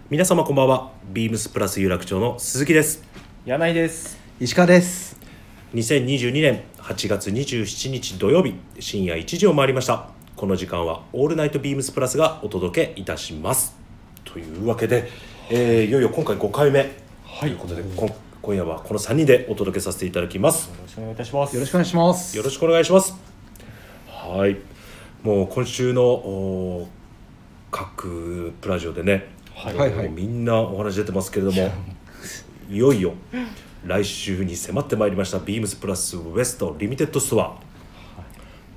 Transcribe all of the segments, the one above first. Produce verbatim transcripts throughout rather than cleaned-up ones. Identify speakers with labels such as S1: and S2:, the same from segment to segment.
S1: 皆様こんばんは。ビームスプラス有楽町の鈴木です。
S2: 柳井です。
S3: 石川です。
S1: にせんにじゅうにねんはちがつにじゅうしちにち土曜日深夜いちじを回りました。この時間はオールナイトビームスプラスがお届けいたしますというわけで、えー、いよいよ今回ごかいめ、はい、ということで、こ今夜はこのさんにんでお届けさせていただきます。
S2: よろしくお願いいたします。
S3: よろしくお願いします。
S1: よろしくお願いします。はい、もう今週の各プラジオでね、はいはいはい、みんなお話出てますけれどもいよいよ来週に迫ってまいりましたビームスプラスウエストリミテッドストア、はい、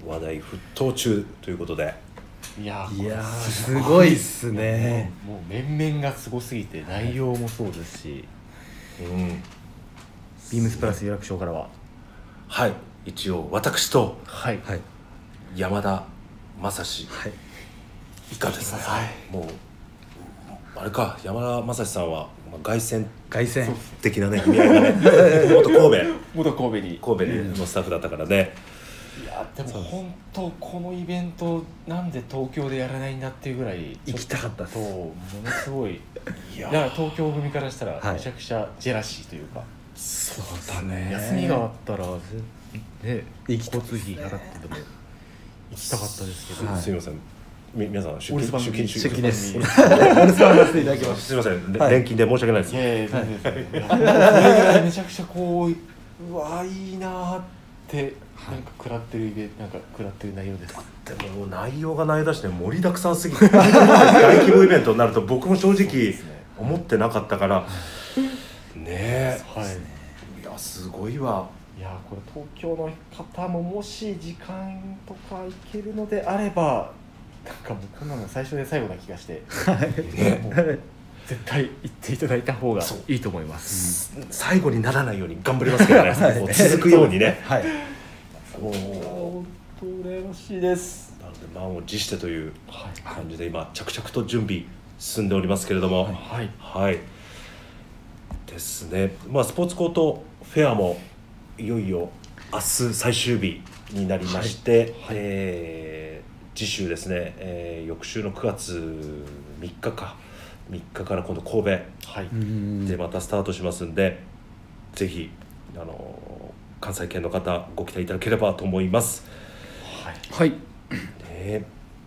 S1: 話題沸騰中ということで、
S2: いや
S3: いやすごいっすね。
S2: もう、もう面々がすごすぎて内容もそうですし、うん、ビームスプラス有楽町からは
S1: はい、一応私と、
S2: はい、
S1: 山田正史、はい、以下ですね、はい、もうあれか、山田正史さんは凱旋
S3: 凱旋
S1: 的なね意味合いがね元神戸
S2: 元神戸に
S1: 神戸のスタッフだったからね、
S2: いやでも本当このイベントなんで東京でやらないんだっていうぐらい
S3: 行きたかったです。
S2: ものすごいいやだから東京組からしたらめちゃくちゃジェラシーというか、はい、
S1: そうだね、
S2: 休みがあったらね
S3: 交通
S2: 費払ってでも行きたかったですけど、
S1: はい、すみません、皆さん出勤
S3: 出勤です。
S1: お留守番させていただきます。すみません、はい、連勤で申し訳ないです。
S2: いやいや、はい、めちゃくちゃこううわいいなってなんか食らってるイベなんか食らってる内容です。
S1: でも内容が内容だしね、盛りだくさんすぎて大規模イベントになると僕も正直思ってなかったからねえ、はい、いやすごいわ。
S2: いやこれ東京の方ももし時間とか行けるのであればなんかもうこんなの最初で最後な気がして、ね、もう絶対行っていただいた方がいいと思います。
S1: うん、最後にならないように頑張りますけどね、はい、もう続くようにね、はい、
S2: もう本当羨ましいです。
S1: なので満を持してという感じで今着々と準備進んでおりますけれども、はい、はい、ですね。まあスポーツコートフェアもいよいよ明日最終日になりまして、はいはい、えー、次週ですね、えー、翌週のくがつみっかかみっかから今度神戸、はい、でまたスタートしますんで、ぜひあの関西圏の方ご期待いただければと思います。
S3: はい、はい、
S1: ね、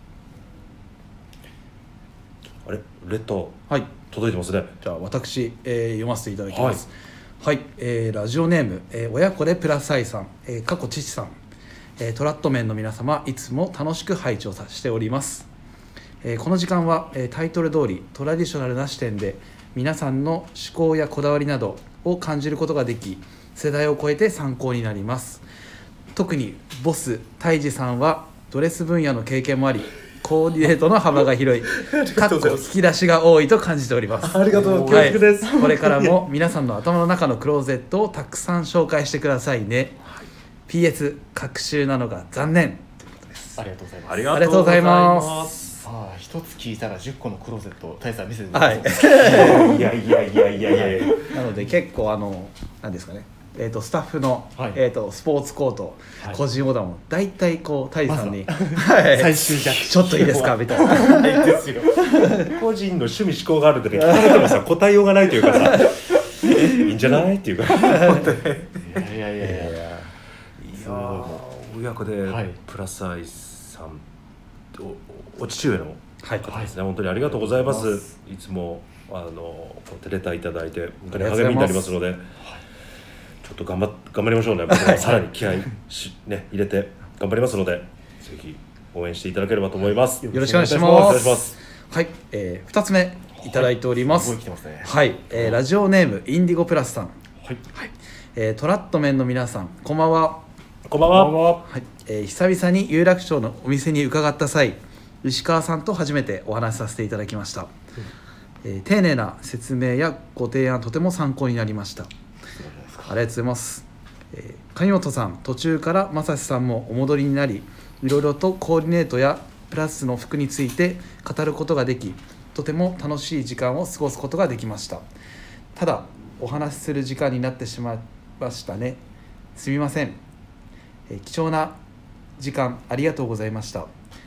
S1: あれレッド、
S3: はい、
S1: 届いてますね。
S3: じゃあ私、えー、読ませていただきます。はい、はい、えー、ラジオネーム、えー、親子でプラスアイさん、えー、過去父さん、えー、トラットメンの皆様いつも楽しく拝聴させております。えー、この時間は、えー、タイトル通りトラディショナルな視点で皆さんの思考やこだわりなどを感じることができ、世代を超えて参考になります。特にボス泰治さんはドレス分野の経験もあり、コーディネートの幅が広いかっこ引き出しが多いと感じております。
S1: ありがとう、恐縮です、
S3: はい、これからも皆さんの頭の中のクローゼットをたくさん紹介してくださいね。 ピーエス 隔週なのが残念ということです。
S2: ありがとうございます。
S3: ありがとうございます。
S2: さあ一つ聞いたらじゅっこのクローゼットを大さん見せてく
S3: ださい。
S1: はい、いやいやいやいやいや
S3: なので結構あの何ですかね、えー、とスタッフの、はい、えー、とスポーツコート、はい、個人オーダーも大体こうタイさんに、ま
S2: はい、最終ジャッジ
S3: ちょっといいですかみたいな
S2: ですよ
S1: 個人の趣味思考があるんで、ね、聞かれてもさ答えようがないというかさいいんじゃないっていうかいやいやいやいやいやいや親子でプラスアイさん、はい、お, お父上の方ですね、はい、本当にありがとうございます。いつもあのレターいただいて本当に励みになりますので、はい、ちょっと頑張頑張りましょうね。僕もさらに気合いし、ね、入れて頑張りますので、ぜひ応援していただければと思います。
S3: よろしくお願いします。はい、えー、ふたつめいただいております。
S2: はい、すごい来てますね。
S3: はい、えー、ラジオネームインディゴプラスさん、
S2: はい
S3: はい、えー、トラットメンの皆さんこんばんは。
S1: こんばんは。
S3: はい、えー、久々に有楽町のお店に伺った際、石川さんと初めてお話しさせていただきました。うん、えー、丁寧な説明やご提案とても参考になりました。ありがとうございます。えー、上本さん途中から正志さんもお戻りになり、いろいろとコーディネートやプラスの服について語ることができ、とても楽しい時間を過ごすことができました。ただお話しする時間になってしまいましたね。すみません。えー、貴重な時間ありがとうございました。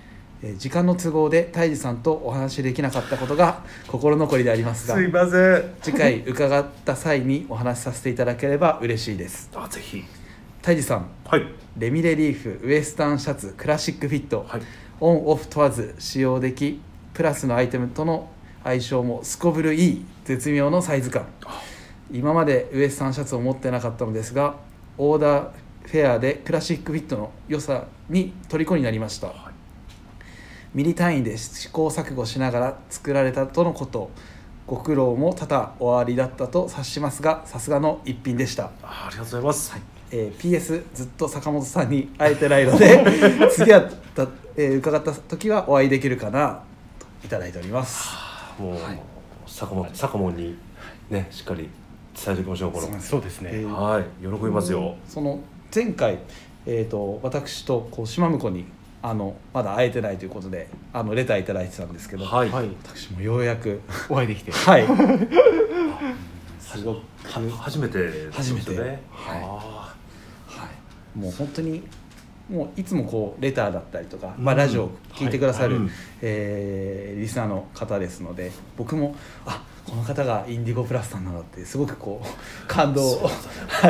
S3: えー時間の都合で泰治さんとお話しできなかったことが心残りでありますが、
S1: すいません。
S3: 次回伺った際にお話しさせていただければ嬉しいです。
S1: あ、ぜひ。
S3: 泰治さん、
S1: はい。
S3: レミレリーフウエスタンシャツクラシックフィット、
S1: はい。
S3: オンオフ問わず使用でき、プラスのアイテムとの相性もすこぶるいい絶妙のサイズ感。今までウエスタンシャツを持ってなかったのですが、オーダーフェアでクラシックフィットの良さに虜になりました。ミリ単位で試行錯誤しながら作られたとのこと。ご苦労も多々おありだったと察しますが、さすがの一品でした。
S1: あ、ありがとうございます。はい。
S3: えー、ピーエス ずっと坂本さんに会えてないので次はた、えー、伺った時はお会いできるかなといただいております。
S1: もう、はい、坂本坂本にねしっかり伝えておきましょう。この
S2: そうですね、
S1: えー、はい喜びますよ。
S3: その前回、えー、と私とこう島婿にあのまだ会えてないということであのレターいただいてたんですけど、
S1: はい、
S3: 私もようやく
S2: お会いできて
S3: はいすごく
S1: 初めてですね。
S3: 初めて、はい、はい、もう本当にもういつもこうレターだったりとか、まあ、ラジオを聞いてくださる、
S1: はい、
S3: えー、リスナーの方ですので、僕もあこの方がインディゴプラスさんなんだってすごくこう感動を、ね、はい、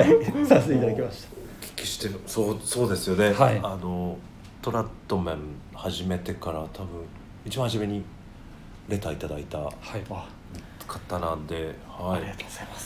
S3: させていただきました。
S1: お聞きしてる。そうそうですよね、
S3: はい、
S1: あのトラットメン始めてから多分一番初めにレターいただいた方なんで、はい、
S2: ありがとうございます。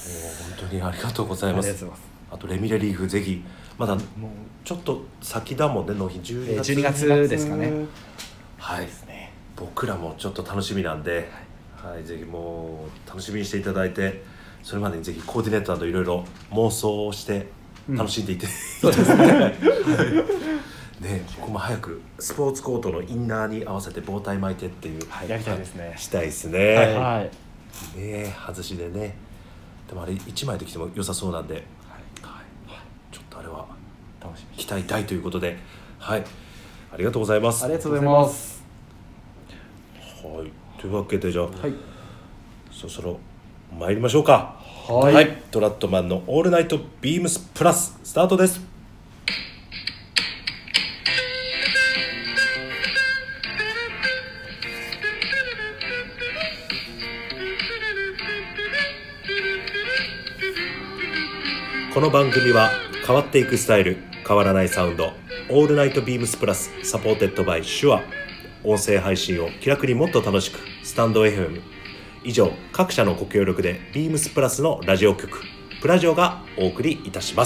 S1: 本当にありがとうございます。あとレミレリーフぜひまだもうちょっと先だもんね、納品じゅうにがつ、
S3: じゅうにがつですかね。
S1: はいですね。僕らもちょっと楽しみなんで、はい、はい、ぜひもう楽しみにしていただいて、それまでにぜひコーディネートなどいろいろ妄想をして楽しんでいって、うん、そうですねね、僕も早くスポーツコートのインナーに合わせて包帯巻いてっていう、
S2: はい、やりたいですね。
S1: したいですね。
S2: はい、はい、
S1: ね、外しでね。でもあれいちまいできても良さそうなんで、はいはい、ちょっとあれは楽しみ期待大ということで、はい、ありがとうございます。
S3: ありがとうございます。
S1: はい、というわけでじゃあ、はい、そろそろ参りましょうか。
S3: はい、
S1: はい、トラットマンのオールナイトビームスプラススタートです。この番組は変わっていくスタイル、変わらないサウンド、オールナイトビームスプラスサポーテッドバイシュア。音声配信を気楽にもっと楽しく、スタンド エフエム 以上各社のご協力でビームスプラスのラジオ局プラジオがお送りいたします。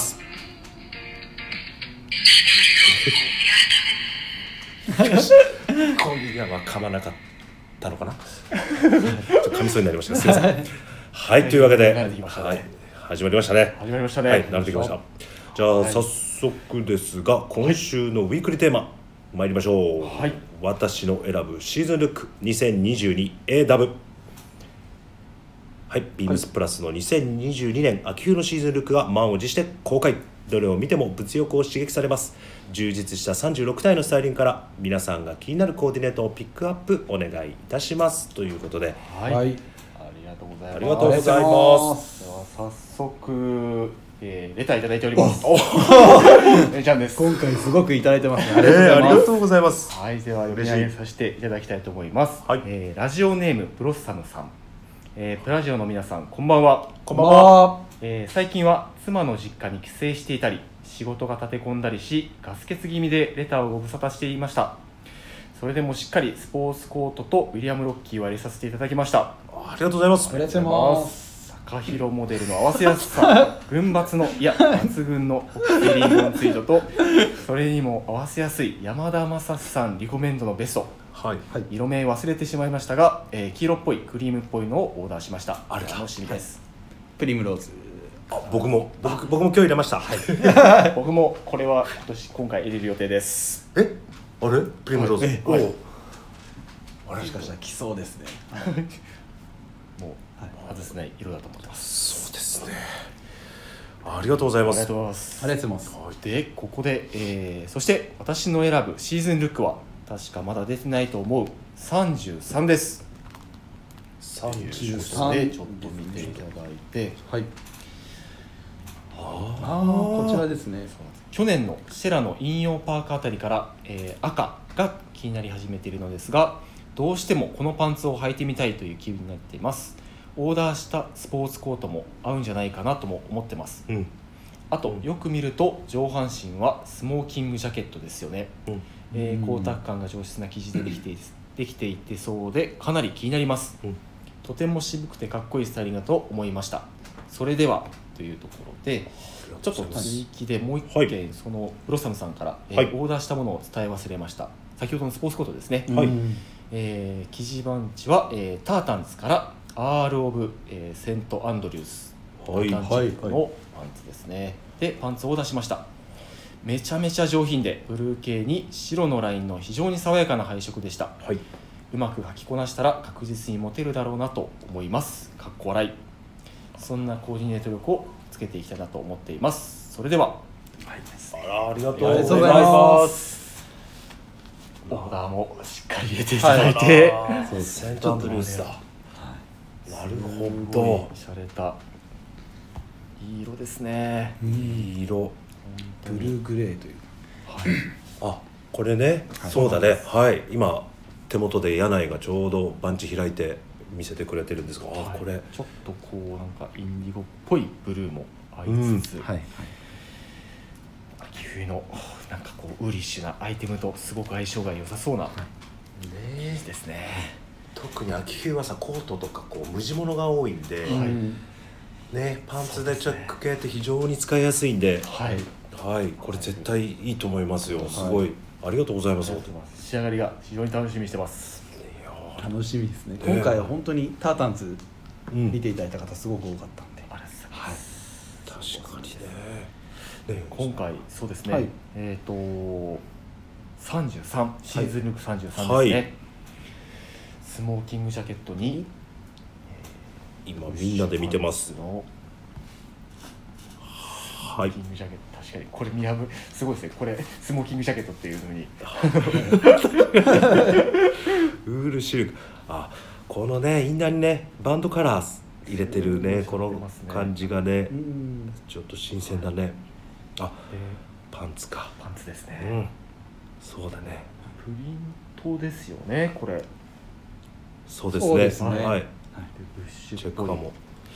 S1: 今夜は噛まなかったのかなちょっと噛みそうになりました。すみません。はい、というわけで、はい、始まりましたね。
S2: 始まりましたね。
S1: はい、慣れてきました。じゃあ、はい、早速ですが今週のウィークリーテーマ参りましょう。はい、私の選ぶシーズンルック にせんにじゅうにエーダブリュー。 はい、ビームスプラスのにせんにじゅうにねん秋冬のシーズンルックが満を持して公開。どれを見ても物欲を刺激されます。充実したさんじゅうろく体のスタイリングから皆さんが気になるコーディネートをピックアップお願いいたしますということで、
S2: はい、はい、ありがとうございます。
S1: ありがとうございます。
S2: では早速、えー、レターいただいております。えちゃんです。
S3: 今回すごくいただいてますね。
S1: ありがとうございます。えー、ありがとうございます。
S2: はい、では読み上げさせていただきたいと思います。
S1: はい、
S2: えー、ラジオネームブロッサムさん、えー、プラジオの皆さんこんばんは。
S3: こんばんは。
S2: えー、最近は妻の実家に帰省していたり仕事が立て込んだりしガス欠気味でレターをご無沙汰していました。それでもしっかりスポーツコートとウィリアム・ロッキーを入れさせていただきました。
S1: ありがとうございます。
S3: ありがとうございます。
S2: 高広モデルの合わせやすさ群抜のいや抜群のホッケリンゴンツイートとそれにも合わせやすい山田正さんリコメンドのベスト、
S1: はい、
S2: 色名忘れてしまいましたが、えー、黄色っぽいクリームっぽいのをオーダーしました。
S1: あれ
S2: 楽しみです。
S3: プリムローズ。
S1: あ、僕も僕僕も今日入れました。はい、
S2: 僕もこれは今年今回入れる予定です。
S1: え、あれプリムローズ、
S2: はい、
S3: お、もしかしたら来そうですね。
S2: もう外せない色だと思ってます。
S1: そうですね。ありがとうございます。
S2: ありがとうございます。
S3: ありがとうございます。
S2: でここで、えー、そして私の選ぶシーズンルックは確かまだ出てないと思うさんじゅうさんです。
S1: さんじゅう
S2: さんでちょっと見ていただいて、
S3: はい。ああ、こちらですね。
S2: 去年のシェラの引用パーカーあたりから、えー、赤が気になり始めているのですが、どうしてもこのパンツを履いてみたいという気分になっています。オーダーしたスポーツコートも合うんじゃないかなとも思ってます、うん、あとよく見ると上半身はスモーキングジャケットですよね、うんえー、光沢感が上質な生地でできていて、できていてそうでかなり気になります、うん、とても渋くてかっこいいスタイリングだと思いました。それではというところで、ちょっと続きでもう一件、はい、そのブロッサムさんから、えーはい、オーダーしたものを伝え忘れました。先ほどのスポーツコートですね、はいえー、生地バンチは、えー、タータンズからアール・オブ、えー、セント・アンドリュース
S1: はい
S2: タータンチェックのパンツですね、はい、でパンツをオーダーしました。めちゃめちゃ上品でブルー系に白のラインの非常に爽やかな配色でした、はい、うまく履きこなしたら確実にモテるだろうなと思います。かっこ笑い。そんなコーディネート力をつけていきたいなと思っています。それでは、はい、
S1: あらありがとうございます。
S2: オーダーもしっかり入れていただいて、
S1: はい、そうですセントアンドリュースだ、はい、なるほど。
S2: しゃれたいい色ですね。
S1: いい色、
S3: ブルーグレーという、
S1: はい、あこれね、はい、そうだね、はい今手元で柳井がちょうどバンチ開いて見せてくれてるんですが、はい、あこれ
S2: ちょっとこうなんかインディゴっぽいブルーも合いつつ、うんはいはい、秋冬のなんかこうウリッシュなアイテムとすごく相性が良さそうなイメージですね。
S1: 特に秋冬はさコートとかこう無地物が多いんで、はいね、パンツでチェック系って非常に使いやすいんで、はいはい、これ絶対いいと思いますよ。すごい、はい、ありがとうございます。
S2: 仕上がりが非常に楽しみにしてます。
S3: 楽しみですね。今回は本当にタータンズ見ていただいた方すごく多かったんで、うん、
S2: ありがとうございます。
S1: 確かにね。
S2: ね今回そうですね、はい、えっ、ー、とさんじゅうさんシーズンルックさんじゅうさんですね、はい、スモーキングジャケットに、
S1: えー、今みんなで見てます
S2: の
S1: はい、
S2: スモーキングジャケット、確かにこれ見破すごいですね。これスモーキングジャケットっていうのに
S1: ウールシルク、あこのねインナーにねバンドカラー入れてるねこの感じがねちょっと新鮮だね。あパンツか、
S2: パンツですね、
S1: うん、そうだね。
S2: プリントですよねこれ。
S1: そうですね、そうですね、はい、はい、で
S2: ブッシュ
S1: チェックかも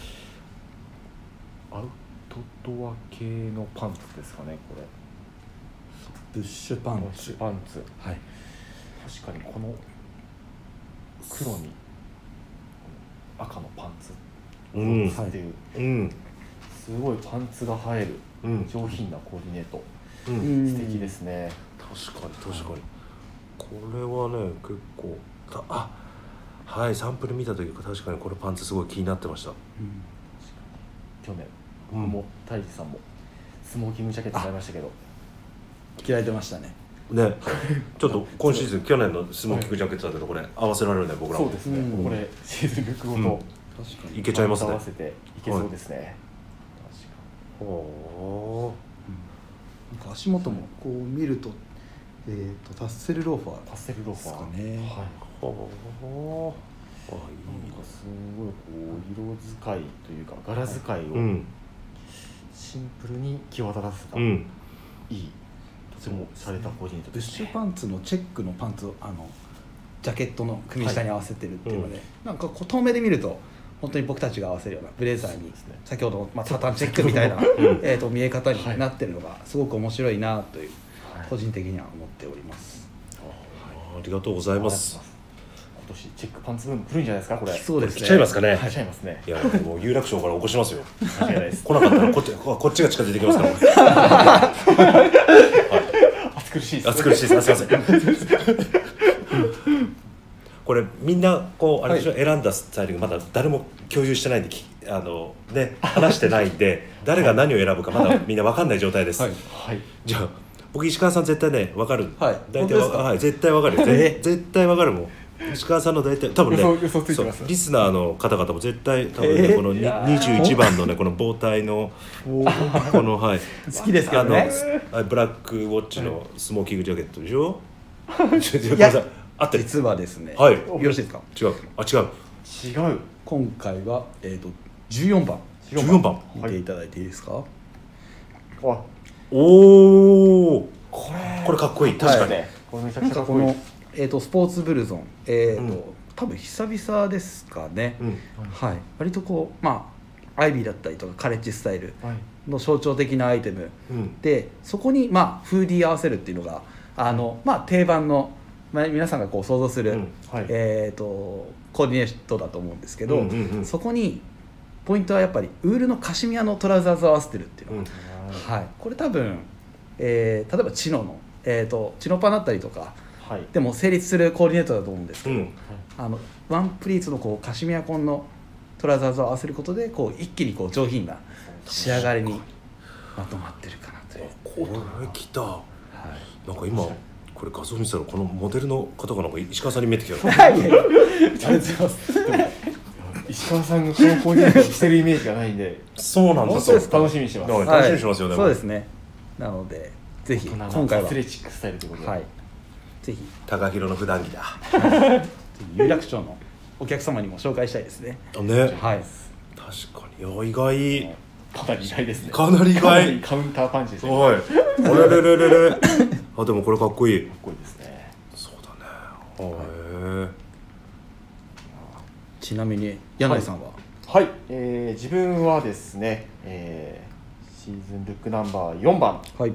S2: アウトドア系のパンツですかねこれ。
S3: ブッシュパンツ、
S2: ブッシュパンツ、はい、確かにこの黒に赤のパンツっていう、うんはいうん、すごいパンツが映える、うん、上品なコーディネート、うん、素敵ですね。
S1: 確かに確かに、これはね結構あはいサンプル見た時確かにこれパンツすごい気になってました、うん、
S2: 去年僕もタイジさんもスモーキングジャケット買いましたけど
S3: 着られてましたね。
S1: ね、ちょっと今シーズン去年のスモーキングジャケットだけどこれ合わせられるね僕らも。
S2: そうですね、うん、これシーズンルックごと、うん、
S1: 確かにいけちゃいますね。合
S2: わせていけそうですね、はい、確か
S1: に。ほ
S3: ー、なんか足元もこう見ると、えー、とタッセルローファー
S2: タッセルローファー
S3: ですかね。はい、
S1: ほー、
S2: あいいかすごいこう色使いというか柄使いをシンプルに際立たせた、うん、いいとてもされたコーディネートですね。
S3: ブッシュパンツのチェックのパンツをあのジャケットの組下に合わせてるっていうので、はい、うん、なんかこう遠目で見ると本当に僕たちが合わせるようなブレザーに、ね、先ほどの、まあ、タタンチェックみたいな、うん、えーと見え方になってるのがすごく面白いなという、はい、個人的には思っております。
S1: はい、ありがとうございます。
S2: 今年チェックパンツブーム来るんじゃないですかこれ。
S3: そうですね。
S1: 来ちゃいますかね。
S2: 来ちゃいますね。
S1: いやもう有楽町から起こしますよ。
S2: 間違いないです。
S1: 来なかったらこっちこっちが近づいてきますから。
S2: 暑苦しいです。
S1: 暑苦しいです。すいません。これみんなこうあれでしょ、はい、選んだスタイリングまだ誰も共有してないんであのね話してないんで誰が何を選ぶかまだみんな分かんない状態です。はい。はい、じゃあ僕石川さん絶対ね分かる。はい。大体はい絶対分かるよ。えー、絶対分かるもん。石川さんの大体多分ね
S2: 嘘ついてます。
S1: リスナーの方々も絶対多分、ね、このにじゅういちばんのねこの棒体のこのはい
S3: 好きですからね。
S1: ブラックウォッチのスモーキングジャケットでしょ。
S3: いやあって実はですね。
S1: はい。
S3: よろしいですか。
S1: 違う。あ違う。
S2: 違う。
S3: 今回はえっとじゅうよんばん。
S1: じゅうよんばん
S3: 見ていただいていいですか。
S2: はい、
S1: おお。
S2: これ
S1: これかっこいい。確かに。
S2: これめちゃ
S3: なん
S2: くちゃかっこいい
S3: かこの、えー、とスポーツブルゾン、えーと
S1: うん
S3: 多分久々ですかね、
S1: うん
S3: はい、割とこうまあアイビーだったりとかカレッジスタイル
S2: はい
S3: の象徴的なアイテム
S1: うん
S3: で、そこにまあフーディー合わせるっていうのがあの、まあ、定番の、まあ、皆さんがこう想像する、
S1: うん
S2: はい
S3: えー、とコーディネートだと思うんですけど、
S1: うんうんうん
S3: そこにポイントはやっぱりウールのカシミヤのトラウザーズを合わせてるっていうのが、
S1: うん
S3: はい、これ多分、えー例えばチノの、えー、とチノパンだったりとか
S2: はい
S3: でも成立するコーディネートだと思うんですけど、
S1: うん
S3: あのワンプリーツのこうカシミヤコンのトラウザーズを合わせることでこう一気にこう上品な仕上がりにまとまってるかなという、
S1: これ来た
S3: はい
S1: なんか今これ画像見てたらこのモデルの方がなんか石川さんに見えてきた
S3: はい、ありがとうございます。
S2: 石川さんがこのコーディネートしてるイメージがないんで
S1: そうなんですよ
S2: 楽しみにしてます。
S1: だから楽しみにしますよね、
S3: はい、そうですね。なのでぜひ
S2: 今
S3: 今回は
S2: アスレチックスタイルということで、
S3: はい、ぜひ
S1: 高弘の普段着だ
S3: 有楽町のお客様にも紹介したいですね。
S1: ね
S3: はい。
S1: 確かにいや意外
S2: かなり意外ですね。
S1: かなり意外
S2: かなりカウンターパンチですね。
S1: おいあれれれれれあでもこれかっこいい
S2: かっこいいですね。
S1: そうだねへえ
S3: ちなみに柳井さんは、
S2: はい、えー、自分はですね、えー、シーズンルックナンバーよんばん
S3: はい、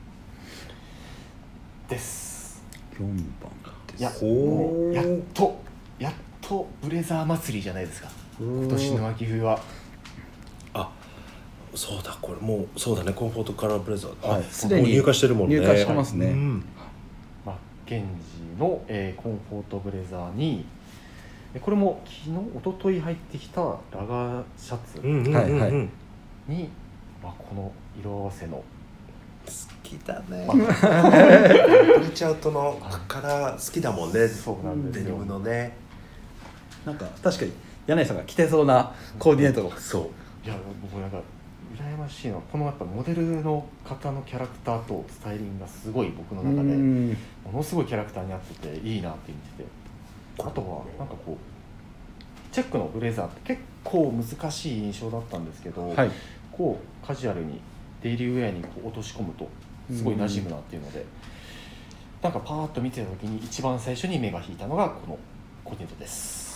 S2: です。
S3: よんばん
S2: いや
S3: です。
S2: もうやっとやっとブレザー祭りじゃないですか。今年の秋冬は。
S1: あそうだこれもうそうだねコンフォートカラーブレザー
S3: はい
S1: あ
S3: すでに
S1: もう入荷してるもんね
S3: 入荷してますね
S1: うん
S2: マッケンジーの、えーコンフォートブレザーにえこれも昨日一昨日入ってきたラガーシャツ
S1: うんうんうんうん
S3: はいはい
S2: に、まあ、この色合わせの
S1: 好きだね
S2: ま
S1: トリチャウトのカラー好きだもんね
S2: そうなんですよ
S1: デニムのね
S3: なんか確かに柳井さんが着てそうなコーディネートを、
S1: そう
S2: いや僕なんか羨ましいのはこのやっぱモデルの方のキャラクターとスタイリングがすごい僕の
S3: う
S2: 中で
S3: ん
S2: ものすごいキャラクターに合ってていいなって見てて、あとはなんかこうチェックのブレザーって結構難しい印象だったんですけど、
S3: はい、
S2: こうカジュアルにデイリーウェアにこう落とし込むとすごい馴染むなっていうので、なんかパーッと見てた時に一番最初に目が引いたのがこのコーディネートです。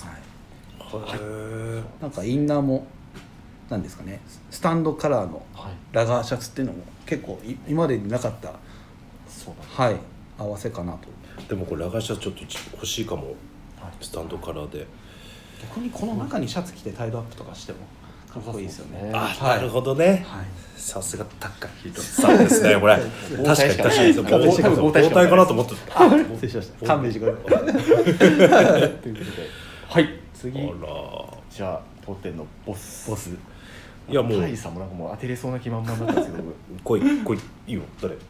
S3: はい
S1: へえ
S3: なんかインナーもなんですかねスタンドカラーの
S2: はい、
S3: ラガーシャツっていうのも結構い今までになかった、
S2: そうなんです。
S3: はい、合わせかなと。
S1: でもこれラガーシャツちょっと欲しいかも
S2: はい
S1: スタンドカラーで
S3: 逆にこの中にシャツ着てタイドアップとかしてもかっこいいですよね。
S2: あ
S3: はい
S1: なるほどね
S3: はい
S1: さすが高弘さんですねこれ確かに確かに
S2: 多分
S1: 防
S2: 防体しかない
S1: 体かなと思ってた
S3: あ、失礼しました。勘弁してください。
S2: ということで、はい次
S1: あら
S2: じゃあ当店のボス
S3: ボス。
S1: いやもう
S2: タイさんもなんかもう当てれそうな気満々だったんですけど
S1: 来い来いいいよ誰
S2: え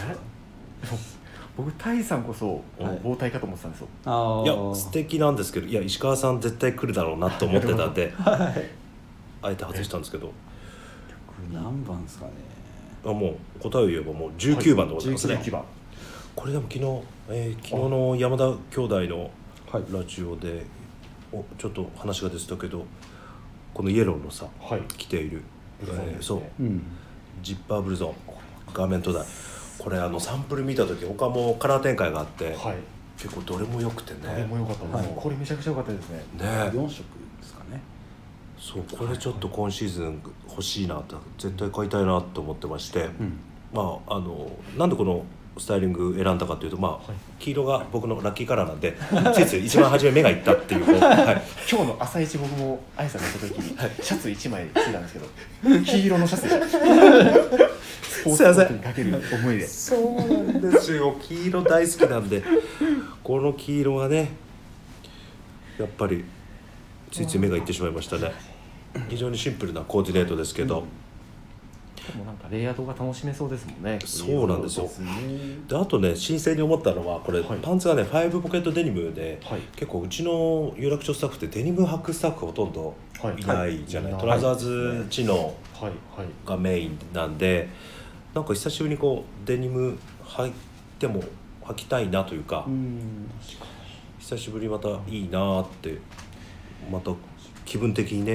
S2: 僕タイさんこそ
S3: はい
S2: 防体かと思ってたんですよ。
S3: あ
S1: いや素敵なんですけどいや石川さん絶対来るだろうなと思ってたんであえて外したんですけど
S3: 何番ですかね。
S1: あもう答えを言えばもうじゅうきゅうばんでございますね、
S2: じゅうきゅうばん
S1: これでも昨日、えー昨日の山田兄弟の
S3: はい。
S1: ラジオでおちょっと話が出てたけどこのイエローのさ
S2: はい
S1: 着ている、
S2: ブルゾンですね
S1: えーそう
S3: うん。
S1: ジッパーブルゾン画面とだこれあのサンプル見た時他もカラー展開があって、
S2: はい
S1: 結構どれも良くてね
S2: これも良かったです、
S3: はい
S2: これめちゃくちゃ良かったですね。
S1: ね
S3: 四色ですかね。
S1: そうこれちょっと今シーズン欲しいなと絶対買いたいなと思ってまして、
S3: うん。
S1: まああのなんでこのスタイリング選んだかというとまあ、
S2: はい
S1: 黄色が僕のラッキーカラーなんでついつい一番初め目がいったっていうこう、はい、
S2: 今日の朝一僕も挨拶した時にシャツいちまい着てたんですけど黄色のシャツでスポーツコートにかける思いで
S1: そうなんですよ黄色大好きなんでこの黄色がねやっぱりついつい目がいってしまいましたね非常にシンプルなコーディネートですけど、
S2: でもなんかレイヤードが楽しめそうですもんね。
S1: そうなんですよ
S2: そうね
S1: であとね新鮮に思ったのはこれ、
S2: はい
S1: パンツがねファイブポケットデニムで、
S2: はい
S1: 結構うちの有楽町スタッフってデニム履くスタッフほとんどいないじゃない、
S2: はい
S1: トラウザーズチノ
S2: はいはい
S1: がメインなんでなんか久しぶりにこうデニム履いても履きたいなというか、
S3: うん。
S1: 久しぶりにまたいいなってまた気分的にね、
S3: は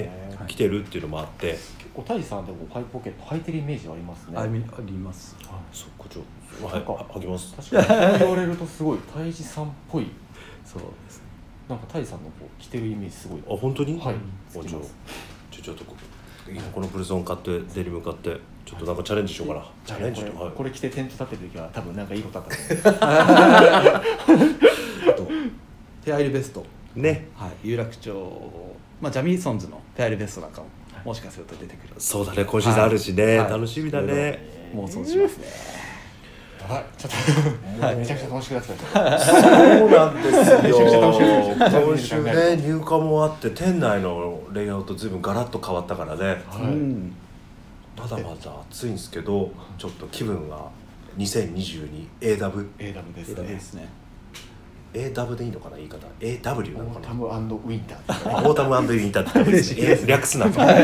S1: 来てるっていうのもあって、
S2: 結構タイさんでもパイポケット履いてるイメージはありますね。
S3: あります。
S1: あ、そこちょ、はい、履きます。
S2: 確かに言われるとすごいタイジさんっぽい。
S3: そうですね。
S2: なんかタイさんのこう着てるイメージすごい。
S1: あ、本当に？
S2: はい。
S1: ちょちょちょっとこのブルゾン買ってデニム買ってちょっとなんかチャレンジしようかな。チャレンジとか、はい、
S2: これ着てテント立ってる時は多分なんかいいことあったと思う。
S3: あと手アイルベスト
S1: ね、
S3: はい、有楽町、まあ、ジャミーソンズの手アイルベストなんかももしかすると出てくる。
S1: そうだね、今シーズンあるしね、はい、楽しみだね。
S3: 妄想しますね。
S2: はい、ちょっと、はい、めちゃくちゃ楽しくなってきました。
S1: そうなんですよ。
S2: めちゃくちゃ楽しみです。
S1: 今週ね、入荷もあって店内のレイアウトずいぶんガラッと変わったからね、はい、うん、まだまだ暑いんですけど、ちょっと気分がにせんにじゅうに エーダブリュー
S2: エーダブリュー ですね。
S1: エーダブリュー でいいのかな、言い方 エーダブリュー なのかな。
S2: オータム&ウィンター。
S1: オータム&ウィンターって嬉しいですね。略すなと。はい。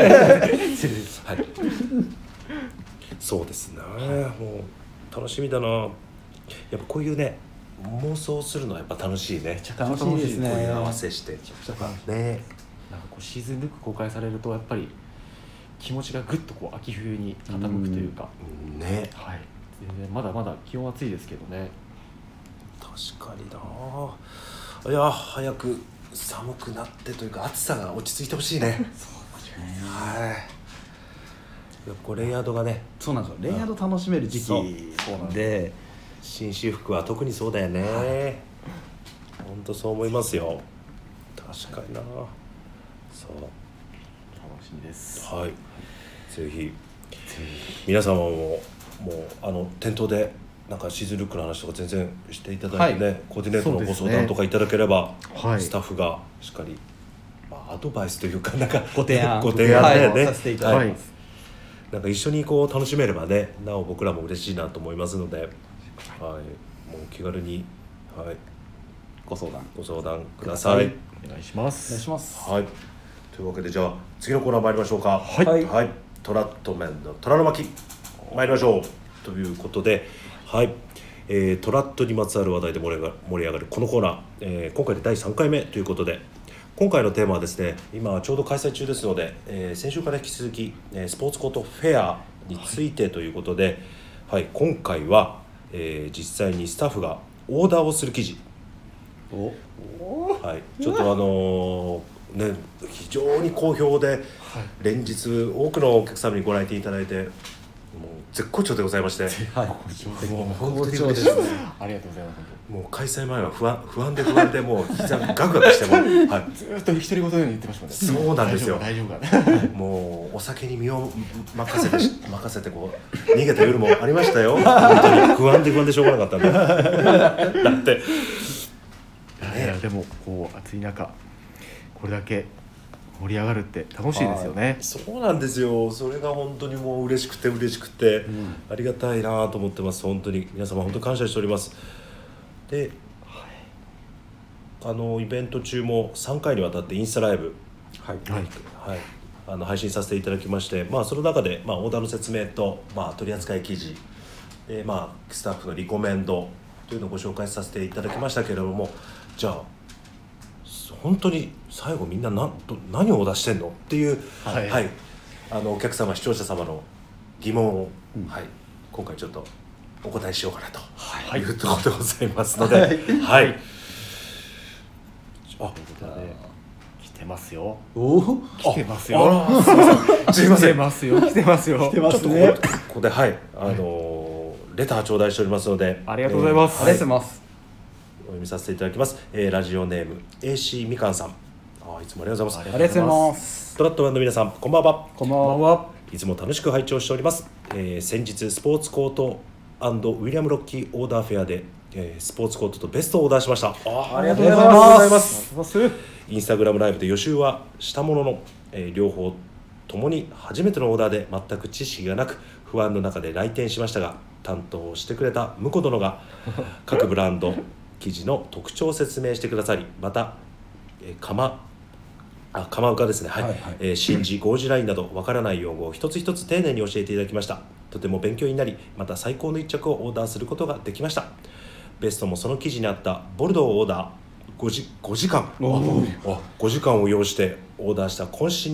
S1: そうですね。もう楽しみだな。やっぱこういうね、妄想するのはやっぱ楽しいね。めちゃくちゃ楽しいですね。こういう合わせして。めちゃくちゃ楽しいね。
S2: なんかこうシーズンルック公開されるとやっぱり気持ちがぐっとこう秋冬に傾くというか。
S1: うんね。
S2: はい。全然まだまだ気温暑いですけどね。
S1: 確かにな。いや、早く寒くなってというか暑さが落ち着いてほしいね。そう間違いない。はい。これレイヤードがね、
S3: そうなんですよ。レイヤード楽しめる時期で、
S1: 紳士服は特にそうだよね。本当そう思いますよ。確かにな。そう。
S2: 楽しみです。
S1: はい。ぜひ皆様ももうあの店頭でなんかシーズンルックの話とか全然していただいてね、はい、コーディネートのご相談とかいただければ、ね、スタッフがしっかり、まあ、アドバイスというかなんか
S3: ご提案
S1: ご提案でね、
S3: させていただきます。
S1: なんか一緒にこう楽しめればね、なお僕らも嬉しいなと思いますので、はい、もう気軽に、はい、
S3: ご相談
S1: ご相談ください。
S2: お願いします。
S3: お願いします。
S1: はい。というわけでじゃあ次のコーナー参りましょうか。
S2: はい。
S1: はい、トラットメンの虎の巻参りましょうということで、はい、えー、トラットにまつわる話題で盛り上がる、盛り上がるこのコーナー、えー、今回でだいさんかいめということで、今回のテーマはですね、今ちょうど開催中ですので、えー、先週から引き続き、えー、スポーツコートフェアについてということで、はいはい、今回は、えー、実際にスタッフがオーダーをする記事、
S3: お
S1: はい、ちょっとあのー、ね、非常に好評で、はい、連日多くのお客様にご来店いただいて、もう絶好調でございまして、
S3: はい、
S1: もう本当に
S3: 好調ですね。
S2: ありがとうございます。
S1: もう開催前は不安不安で不安でもう膝ガクガクしても、はい、
S2: ずっと独り言のように言ってましたね。
S1: そうなんですよ。
S2: 大丈夫かな。
S1: もうお酒に身を任せて任せてこう逃げた夜もありましたよ。本当に不安で不安でしょうがなかったんで。だって、
S2: いやでもこう暑い中これだけ盛り上がるって楽しいですよね。
S1: そうなんですよ。それが本当にもう嬉しくて嬉しくて、うん、ありがたいなと思ってます。本当に皆様本当に感謝しております。で、はい、あのイベント中もさんかいにわたってインスタライブ、はいはいはい、あの配信させていただきまして、まあ、その中で、まあ、オーダーの説明と、まあ、取扱記事で、まあ、スタッフのリコメンドというのをご紹介させていただきましたけれども、じゃあ本当に最後みんな何、何をオーダーしてんのっていう、はいはい、あのお客様視聴者様の疑問を、うんはい、今回ちょっとお答えしようかなと、はい、いうところでございますので、はい、はい、
S2: あ、来てますよ。
S3: おお、
S2: 来てますよ。
S1: すいません。
S2: 来てますよ。来てますよ。
S3: 来てますね。
S1: ここではい、あのー、レター頂戴しておりますので、
S2: ありがとうございます。
S3: ありがとうございます。
S1: お読みさせていただきます。えー、ラジオネーム エーシー みかんさん、あ、いつもありがとうございます。
S3: ありがとうございます。
S1: トラットマンの皆さん、こんばんは。
S3: こんばんは。
S1: いつも楽しく拝聴しております。えー、先日スポーツコート&ウィリアムロッキーオーダーフェアで、えー、スポーツコートとベストをオーダーしました。
S3: あ, ありがとうございます。
S1: インスタグラムライブで予習はしたものの、えー、両方ともに初めてのオーダーで全く知識がなく不安の中で来店しましたが、担当してくれた婿殿が各ブランド生地の特徴を説明してくださり、また、えー、釜あ釜浮かですね、はいはいはい、えー、真珠ゴージラインなどわからない用語を一つ一つ丁寧に教えていただきました。とても勉強になり、また最高の一着をオーダーすることができました。ベストもその生地にあったボルドーをオーダー 5, 時ごじかんあごじかんを要してオーダーした渾身の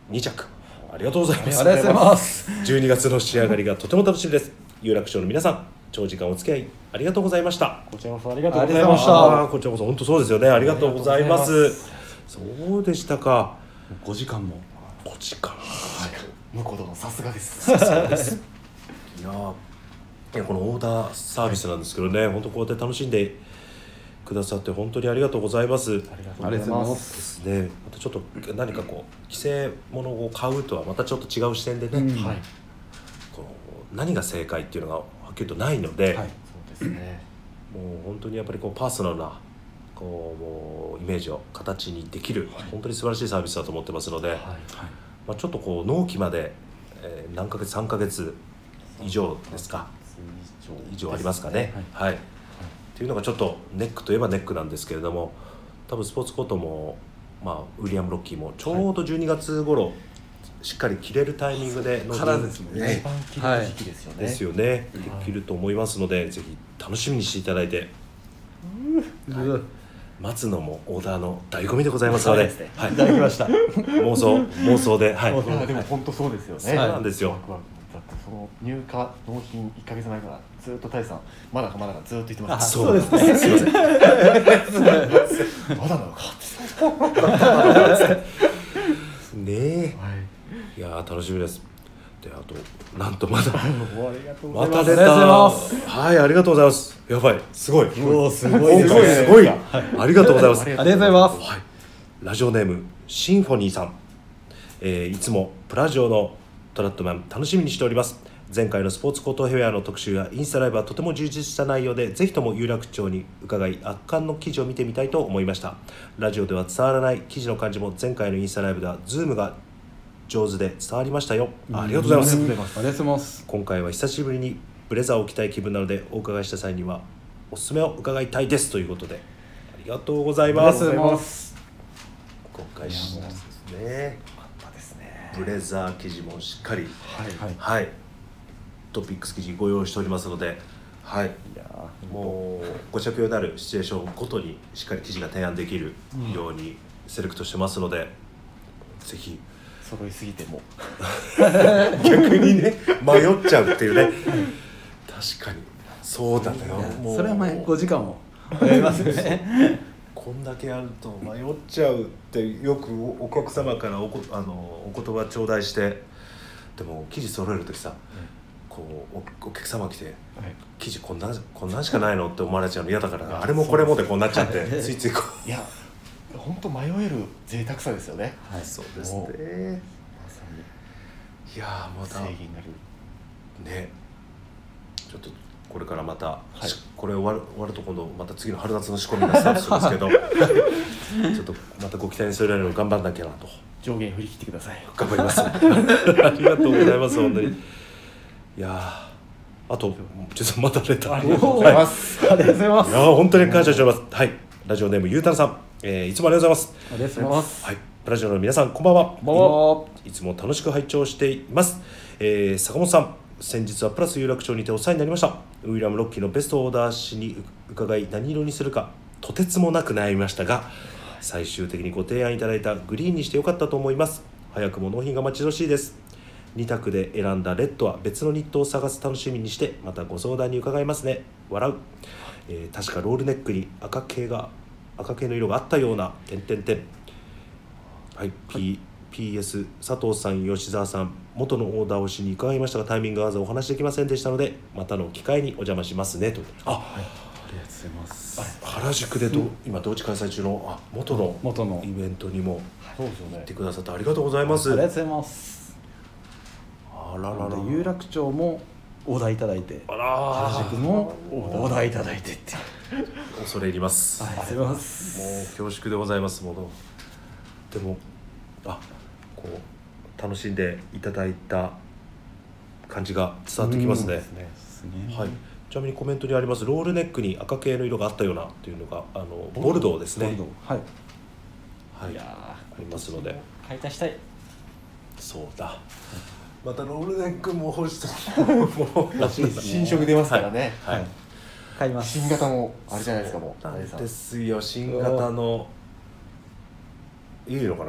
S1: に着ありがとうございます。
S3: ありがとうございます。
S1: じゅうにがつの仕上がりがとても楽しみです。有楽町の皆さん、長時間お付き合いありがとうございました。
S2: こちらこそありがとうございまし
S3: た。
S1: こちらこそ本当そうですよね。ありがとうございます。そうでしたか。
S3: ごじかんも
S1: ごじかん、はい、
S2: 向こう殿さすがです。
S1: さすがです。いやいやこのオーダーサービスなんですけどね、本当こうやって楽しんでくださって本当にありがとうございます。あり
S2: がとうございます
S1: ですね。またちょっと何かこう既製物を買うとはまたちょっと違う視点でね、うん、はい、こう何が正解っていうのがはっきりとないので、はい、そうですね、もう本当にやっぱりこうパーソナルなこうもうイメージを形にできる、はい、本当に素晴らしいサービスだと思ってますので、はいはい、まあ、ちょっとこう納期まで、えー、何ヶ月さんかげつ以上ですか、以上ありますかね、はい、はい、っていうのがちょっとネックといえばネックなんですけれども、多分スポーツコートも、まあ、ウィリアム・ロッキーもちょうどじゅうにがつ頃、はい、しっかり着れるタイミングでの
S3: からですもんね、
S2: 一番着れる時期ですよね、
S1: ですよね、できると思いますので、ぜひ楽しみにしていただいて、はい、待つのもオーダーの醍醐味でございますので、
S3: はい、いただきました。
S1: 妄想妄想で、はい、
S2: いやでも本当そうですよね。
S1: そうなんですよ。
S2: ワクワクだってその入荷納品いっかげつまえからずっとタイさんまだかまだかずっと言ってます。
S1: そうですね。すいません。
S2: まだなのか。
S1: ねえ。いや楽しみです。であとなんとまだまたレター、はい、ありがとうございます。やばい、すごい。
S3: おお、すごい
S1: すごいすごい。ありがとうございます。
S3: ありがとうございます。
S1: はい。ラジオネームシンフォニーさん、えー、いつもプラジオのトラットマン楽しみにしております。前回のスポーツコートフェアの特集やインスタライブはとても充実した内容で、ぜひとも有楽町に伺い圧巻の記事を見てみたいと思いました。ラジオでは伝わらない記事の感じも前回のインスタライブではズームが上手で伝わりましたよ。ありがとうございます。
S3: ありがとうございます。
S1: 今回は久しぶりにブレザーを着たい気分なので、お伺いした際にはおすすめを伺いたいですということで、ありがとうございます。
S3: ありがとうございます。
S1: 今回したですね。ブレザー記事もしっかり、はい、はい、トピックス記事ご用意しておりますので、はい、いやもうご着用であるシチュエーションごとにしっかり記事が提案できるようにセレクトしてますので、うん、ぜひ
S2: 揃いすぎても
S1: 逆にね迷っちゃうっていうね確かにそうだね。
S3: もうそれは前ごじかんもありますね
S1: こんだけやると迷っちゃうってよくお客様からおこあのお言葉頂戴して、でも記事揃える時さ、うん、こう お, お客様来て、はい、記事こんなこんなんしかないのって思われちゃうの嫌だから、あれもこれもでこうなっちゃってついついこ
S2: ういや本当迷える贅沢さですよね。
S1: はい、そうですね。まさにいやまた
S2: 正義になる
S1: ね。ちょっとこれからまた、はい、これ終わる、終わると今度また次の春夏の仕込みがスタートするんですけどちょっとまたご期待に添えられるのを頑張んなきゃなと。
S2: 上限振り切ってください。
S1: 頑張りますありがとうございます本当に。いやあとちょっとまたレター
S2: ありがとうございます、はい、ありがとうございます。
S1: いや本当に感謝しております。はい、ラジオネームゆうたんさん、えー、いつもありがとうございます。
S2: ありがとうございます。
S1: はい、プラジオの皆さんこんばんは。
S2: こんばんは。
S1: いつも楽しく拝聴しています。えー、坂本さん、先日はプラス有楽町にてお世話になりました。ウィリアム・ロッキーのベストオーダー誌に伺い、何色にするかとてつもなく悩みましたが、最終的にご提案いただいたグリーンにしてよかったと思います。早くも納品が待ち遠しいです。に択で選んだレッドは別のニットを探す楽しみにして、またご相談に伺いますね。笑う、えー、確かロールネックに赤系が赤系の色があったような点々点。はい、Pピーエス 佐藤さん、吉澤さん、元のオーダーをしに伺いましたがタイミング合わずお話できませんでしたので、またの機会にお邪魔しますねと。あ、はい、
S3: ありがとうございます。
S1: 原宿でど、うん、今同時開催中のあ元の
S3: 元の
S1: イベントにも
S2: そうですよね。
S1: 行ってくださってありがとうございます。
S3: ありがとうございます。あららら、有楽町もオーダーいただいて、
S1: あら
S3: 原宿もオーダーいただいてって
S1: 恐れ入ります。
S3: ありがとうございます。
S1: もう恐縮でございます。もうでもあこう楽しんでいただいた感じが伝わってきますね。はい。ちなみにコメントにありますロールネックに赤系の色があったようなっていうのがあのボルドーですね。
S3: ボルドー、はい、
S1: はい、いやありますので
S2: 買い足したい。
S1: そうだ。またロールネックも欲しい。
S2: 新色出ますからね。
S1: はい。はい、
S3: 買います。
S2: 新型もあれじゃないですかもう。
S1: なんですよ新型のいいのかな。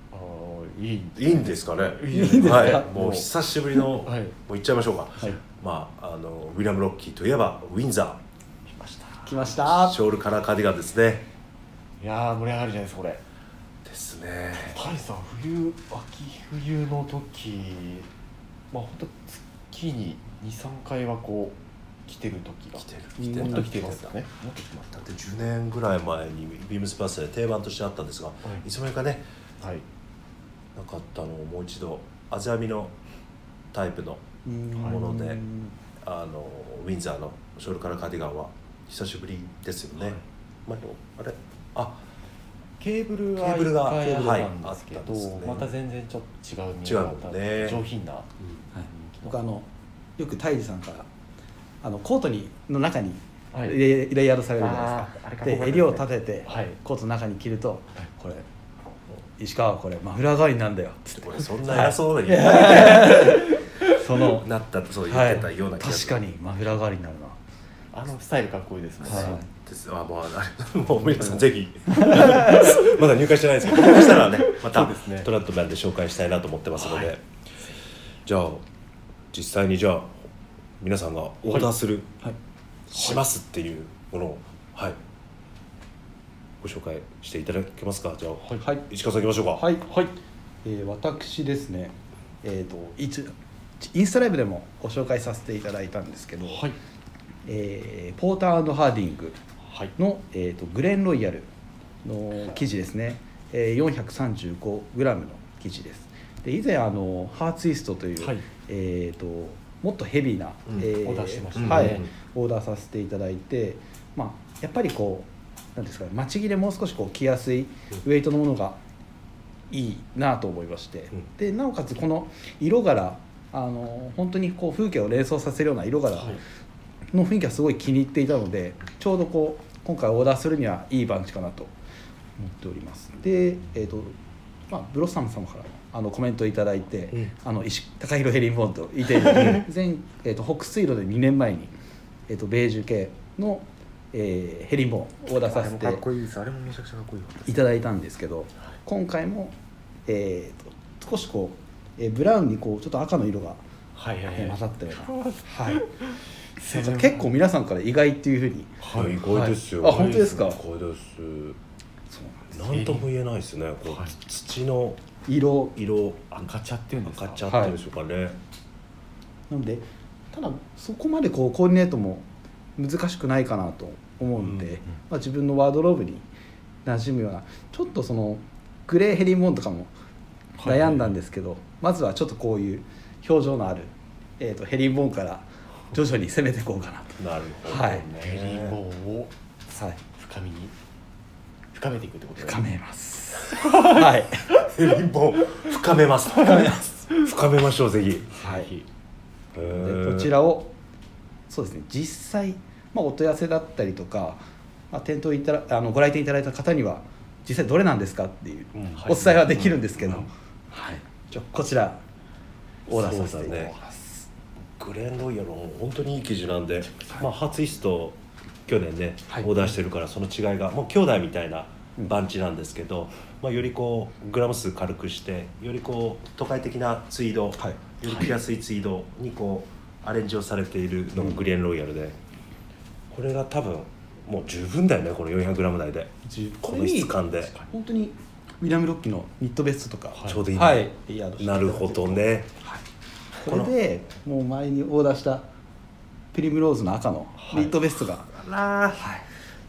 S2: あいい
S1: いいんですかね。
S3: いいんですか、
S1: はい、もう久しぶりの、
S2: はい、
S1: もう行っちゃいましょうか。
S2: はい、
S1: まああのウィリアム・ロッキーといえばウィンザー
S2: 来ました
S3: 来ました
S1: ショールカラーカーディガンですね。
S2: いやー盛り上がるじゃないですかこれ
S1: ですね。
S2: タイさん冬秋冬の時まあほんと月に にさんかいはこう来てる時が
S1: 来てる
S2: 来てるもっと来てますよね。もっと来まし
S1: だってじゅうねんぐらい前にビームスプラスで定番としてあったんですが、はい、いつの間にかね、
S2: はい、
S1: なかったのをもう一度アジアミのタイプのもので、あのウィンザーのショールカラーカーディガンは久しぶりですよね。はい、まあ、あれあ
S2: ケーブル
S1: ケーブルが
S2: は一回あっ
S1: はい
S2: たんですけど、
S1: あったんですね
S2: また全然ちょっと違う
S1: 違うもんね
S2: 上品な、うん、
S3: はい、僕あのよくタイジさんからあのコートにの中にレイ、レイヤードされるじゃないですか。で襟を立てて、はい、コートの中に着ると、はい、これ石川これマフラー代わりなんだよっつって
S1: これそんな偉そうなに、
S3: はい、その
S1: なったとそう言ってたような気がする、
S3: はい、確かにマフラー代わりになるな。
S2: あのスタイルかっこいいですもんね。はい
S1: です。あもうあれもう皆さんぜひまだ入会してないですけど、入会したらねまた、ね、トラットマンで紹介したいなと思ってますので、はい、じゃあ実際にじゃあ皆さんがオーダーする、はい、しますっていうものを、はい、ご紹介していただけますか。じゃあ、はい、石川さん行きましょうか。
S3: はい、はい、えー、私ですね、えーといつインスタライブでもご紹介させていただいたんですけど、はい、えー、ポーター&ハーディングの、はい、えーとグレンロイヤルの生地ですね、えー、よんひゃくさんじゅうごグラムの生地です。で以前あのハーツイストという、はい、えーともっとヘビーな、
S2: うん
S3: えー、
S2: オーダーしてましたね、
S3: はい、オーダーさせていただいて、まあ、やっぱりこうなんですかね、待ち着でもう少しこう着やすいウェイトのものがいいなと思いまして、うん、でなおかつこの色柄あの本当にこう風景を連想させるような色柄の雰囲気がすごい気に入っていたので、ちょうどこう今回オーダーするにはいいバンチかなと思っております。で、えーとまあ、ブロッサム様からあのコメントいただいて、うん、あの石高弘ヘリンボーンといて前、えー、と北水路でにねんまえに、えー、とベージュ系の、えー、ヘリンボーンをオーダーさせて
S2: かっこいいです。あれもめちゃくちゃかっこいい
S3: いただいたんですけど、今回も、えー、と少しこう、えー、ブラウンにこうちょっと赤の色が、はいはいはい、混ざったような、はい、結構皆さんから意外っていうふうに、
S1: はい、意外ですよ、
S3: はい、あ本当ですか。
S1: 意外です。そうなんです。なんとも言えないですね。こう、はい、土の
S3: 色
S1: 色
S2: 赤茶っていうんですか。
S1: 赤茶っていうんでしょうかね、はい、
S3: なのでただそこまでこうコーディネートも難しくないかなと思うんで、うんうん、まあ、自分のワードローブに馴染むようなちょっとそのグレーヘリンボーンとかも悩んだんですけど、はい、まずはちょっとこういう表情のある、えー、とヘリンボーンから徐々に攻めていこうかなと。
S1: なるほどね、はい、
S2: ヘリンボーンを深みに深めていくってことですね。
S3: 深めますはい
S1: ヘリンボーン深めます
S3: 深めます
S1: 深めましょうぜひ。
S3: はい、でこちらをそうですね、実際、まあ、お問い合わせだったりとか、まあ、店頭いたらあのご来店いただいた方には実際どれなんですかっていうお伝えはできるんですけど、うんうん、はい、ちょこちらオーダーさせていただきます。
S1: グレンロイヤルの本当にいい生地なんで、はい、まあ、ハーツイスト去年ね、はい、オーダーしてるからその違いがもう兄弟みたいなバンチなんですけど、うん、まあ、よりこうグラム数軽くしてよりこう都会的なツイード、はい、より着やすいツイードにこうアレンジをされているのがグレンロイヤルで、うん、これが多分もう十分だよね、この よんひゃくグラム 台でこの質感で
S3: 本当にウィリアム・ロッキーのニットベストとか、
S1: はい、ちょうどいい、
S3: はい、
S1: なるほどね、
S3: はい、これでもう前にオーダーしたプリムローズの赤のニットベストが、はいはい、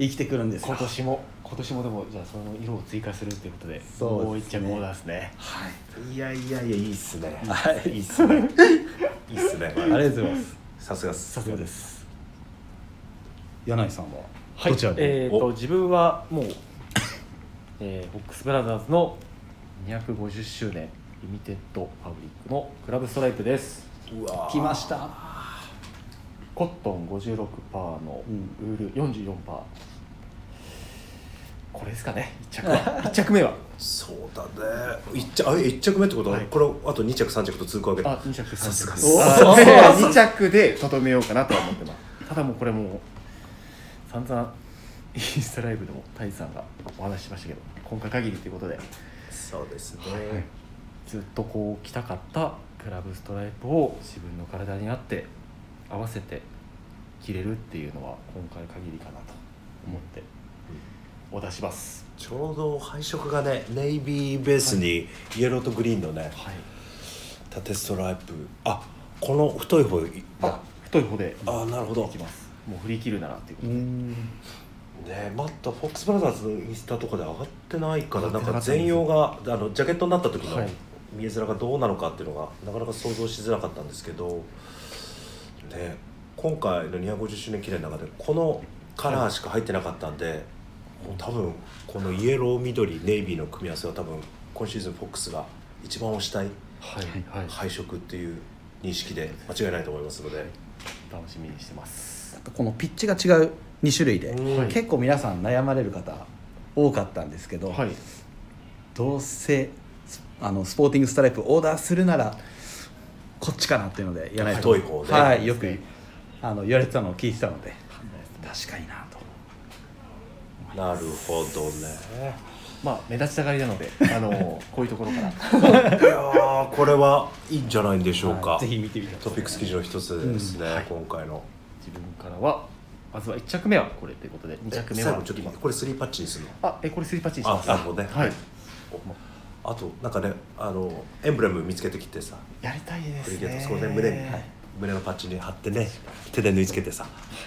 S3: 生きてくるんですよ。
S2: 今年も今年もでもじゃあその色を追加するっていうことで、そうですね、もう一着オーダーですね。
S1: はい、いやいやいやいいっすね。
S3: はい、
S1: いいっすね。いいっすね。
S3: ありがとうございます。
S1: さすが
S2: さすがです。
S3: 柳井さんは
S2: はい、
S3: どちらで？
S2: えーと自分はもう、えー、フォックスブラザーズのにひゃくごじゅっしゅうねんリミテッドパブリックのクラブストライプです。
S3: うわ来ました。
S2: コットン ごじゅうろくパーセント のウール よんじゅうよんパーセント、これですかね、いっ着は。いっ着目は
S1: そうだね、いっ着あいっ着目ってことは、はい、これあとに着さん着と通行上げて、
S2: あに着さん着、
S1: さすが
S2: に着でとどめようかなとは思ってます。ただもうこれもう散々インスタライブでもタイさんがお話ししましたけど、今回限りということで
S1: そうですね、
S2: はい、ずっとこう着たかったクラブストライプを自分の体に合って合わせて着れるっていうのは今回限りかなと思ってお出します。
S1: ちょうど配色がねネイビーベースにイエローとグリーンのね、はい、縦ストライプ、あこの太い方、
S2: あ太い方で
S1: あなるほど
S2: いきます。もう振り切るならっていうことで
S1: ね、またフォックスブラザーズのインスタとかで上がってないから、なんか全容があのジャケットになった時の見えづらがどうなのかっていうのがなかなか想像しづらかったんですけど、ね、今回のにひゃくごじゅっしゅうねん記念の中でこのカラーしか入ってなかったんで、はい、もう多分このイエロー緑ネイビーの組み合わせは多分今シーズンフォックスが一番推したい配色っていう認識で間違いないと思いますので、
S2: 楽しみにしてます。
S3: このピッチが違うに種類で、
S2: はい、
S3: 結構皆さん悩まれる方多かったんですけど、はい、どうせあのスポーティングストライプオーダーするならこっちかなっていうのでやらないと、
S1: 太い方で、
S3: はい、よくあの言われてたのを聞いてたので、確かにな
S1: と。なるほどね。
S2: まあ目立ちたがりなので、あのこういうところから
S1: いやこれはいいんじゃないんでしょうか、はい、
S2: ぜひ見てみてください。
S1: トピックス記事の一つですね、うんはい、今回の
S2: 自分からはまずはいっ着目はこれということで、に着目は
S1: ちょっとこれスリーパッチにするの？
S2: あえこれスリーパッチにします。
S1: あなるほどね、
S2: はい、
S1: あとなんかねあのエンブレム見つけてきてさ、
S2: やりたいですね。
S1: そこで胸に、はい、胸のパッチに貼ってね、手で縫い付けてさ、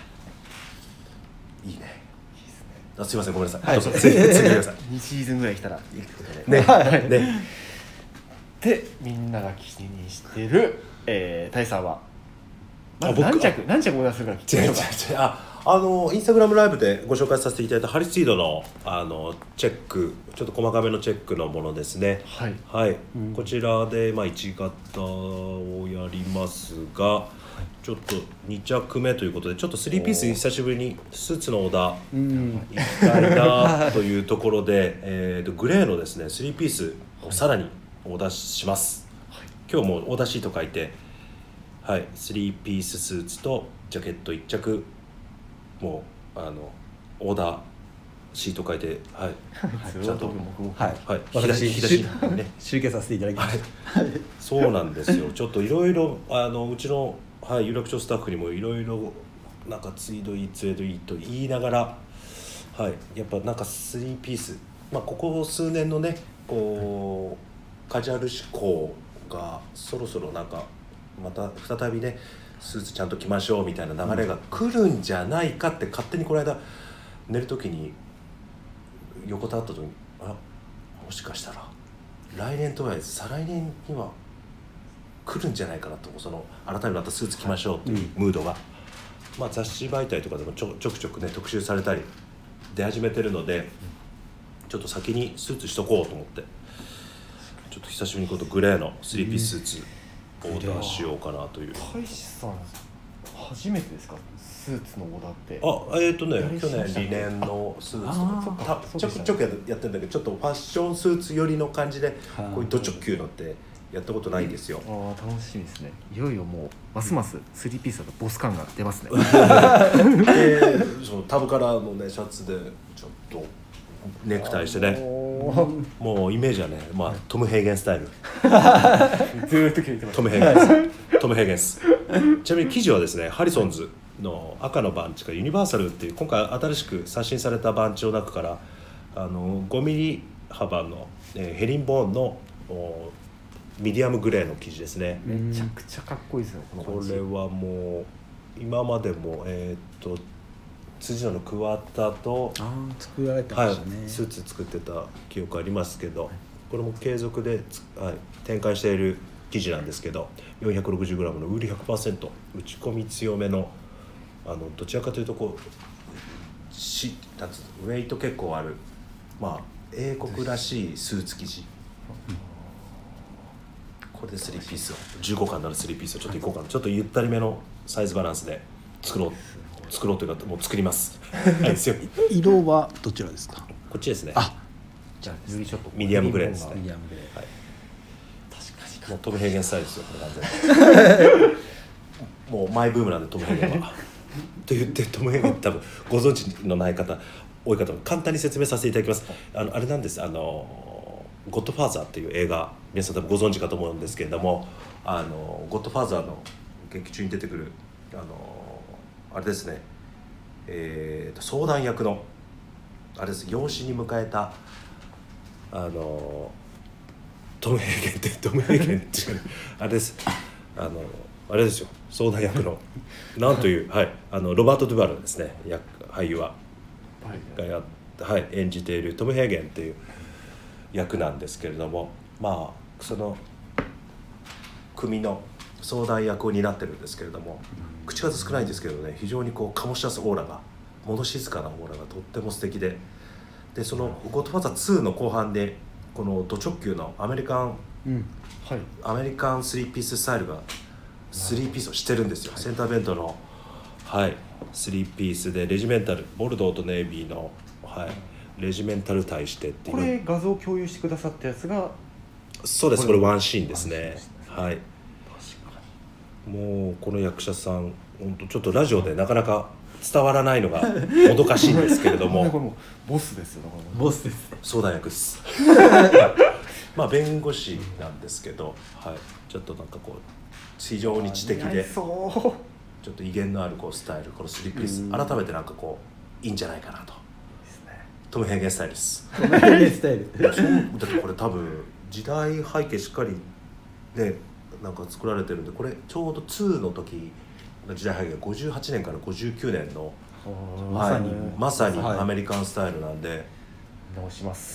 S1: いいね。あすいませんごめんなさい、はい、どうぞ次次ください。
S2: にシーズンぐらい来たらいいことで
S1: ねはいね
S2: でみんなが気にしてる、えー、タイさんはまず何着何着オーダーするか聞きましょうか。
S1: 違う違う違うああのインスタグラムライブでご紹介させていただいたハリス・リードのあのチェック、ちょっと細かめのチェックのものですね。
S2: はい、
S1: はい、うん、こちらで、まあ、いち型をやりますが、はい、ちょっとに着目ということでちょっとスリーピース久しぶりにスーツのオーダーいきたいなというところで、えーとグレーのですねスリーピースをさらにオーダーします。はい、今日もオーダーシート書いて、はい、スリーピーススーツとジャケットいっ着もうあのオーダーシート書いて、はい、ちゃんと、
S3: はいはい、私ね集計させていただきました、はい、
S1: そうなんですよ。ちょっといろいろあのうちの、はい、有楽町スタッフにもいろいろなんかツイードいいツイードいいと言いながら、はい、やっぱなんかスリーピース、まあ、ここ数年のねこうカジュアル志向がそろそろなんかまた再びねスーツちゃんと着ましょうみたいな流れが来るんじゃないかって勝手にこの間寝る時に横たわった時に、あもしかしたら来年とは再来年には来るんじゃないかなと、その改めてまたスーツ着ましょうっていうムードが、うんまあ、雑誌媒体とかでもちょちょくちょくね特集されたり出始めてるので、ちょっと先にスーツしとこうと思って、ちょっと久しぶりにこのグレーのスリーピーススーツオーダーしようかなという。
S2: 大志さん初めてですかスーツのオーダーって？
S1: あえっ、ー、とね去年リネンのスーツとかちょくちょくやってるんだけど、ちょっとファッションスーツ寄りの感じでこういうド直球のってやったことないんですよ。
S2: あ楽しみですね。いよいよもうますますスリーピースだとボス感が出ますね。
S1: でそのタブカラーのねシャツでちょっとネクタイしてね、もうイメージはね、まあ、トム・ヘイゲンスタイル
S2: ずーっと着てます。
S1: トム・ヘイゲンストム・ヘイゲンスちなみに生地はですねハリソンズの赤のバンチがユニバーサルっていう今回新しく刷新されたバンチの中からあのごミリ幅の、えー、ヘリンボーンのミディアムグレーの生地ですね。
S2: めちゃくちゃかっこいいですよこのバンチ。
S1: これはもう今までもえー、っと辻野の桑田と
S3: あ作られてましたね、
S1: はい、スーツ作ってた記憶ありますけど、これも継続で、はい、展開している生地なんですけど よんひゃくろくじゅうグラム のウール ひゃくパーセント 打ち込み強めの、あのどちらかというとこうしなんつうウェイト結構ある、まあ、英国らしいスーツ生地、これでスリーピースをじゅうごかんならスリーピースをちょっといこうかな、ちょっとゆったりめのサイズバランスで作ろう作ろうというかもう作ります
S3: 色はどちらですか？
S1: こっちですね。
S2: あじゃあよりちょっと
S1: ミディアムグレーですね。
S2: ミディアムグレー、はい、
S1: 確かにもうトム・ヘイゲンスタイルですよこれ完全にもうマイブームなんでトム・ヘイゲンはと言ってトム・ヘイゲン多分ご存知のない方多い方も簡単に説明させていただきます。あのあれなんです、あのゴッドファーザーっていう映画皆さん多分ご存知かと思うんですけれども、あのゴッドファーザーの劇中に出てくるあのあれですね、えーと相談役のあれです、養子に迎えたあのトム・ヘイゲンってトム・ヘイゲンっていうあれですあのあれですよ、相談役のなんという、はい、あのロバート・ドゥバルですね、役俳優は、がや、はい、演じているトム・ヘイゲンっていう役なんですけれども、まあその組の相談役を担ってるんですけれども、口数少ないんですけどね、非常にこう醸し出すオーラが、物静かなオーラがとっても素敵で、でそのゴッドファーザーツーの後半でこのド直球のアメリカン、
S2: うんはい、
S1: アメリカンスリーピーススタイルがスリーピースをしてるんですよ、はい、センターベントの、はい、スリーピースでレジメンタル、ボルドーとネイビーの、はい、レジメンタル対してっていう、
S2: これ画像共有してくださったやつが、
S1: そうです、これワンシーンですね、
S2: ですね
S1: はい、もうこの役者さん本当ちょっとラジオでなかなか伝わらないのがもどかしいんですけれども
S2: これもボスですよ、
S3: ボスです。
S1: 相談役ですまあ弁護士なんですけど、はい、ちょっとなんかこう非常に知的でちょっと威厳のあるこうスタイル、このスリーピース改めてなんかこういいんじゃないかなと、トム・ヘイゲンスタイルです。
S3: トム・ヘイゲンスタイル
S1: だってこれ多分時代背景しっかりねなんか作られてるんで、これちょうどツーの時の時代背景がごじゅうはちねんからごじゅうきゅうねんの
S3: まさに、
S1: はい、まさにアメリカンスタイルなんで、はい、
S2: 直します。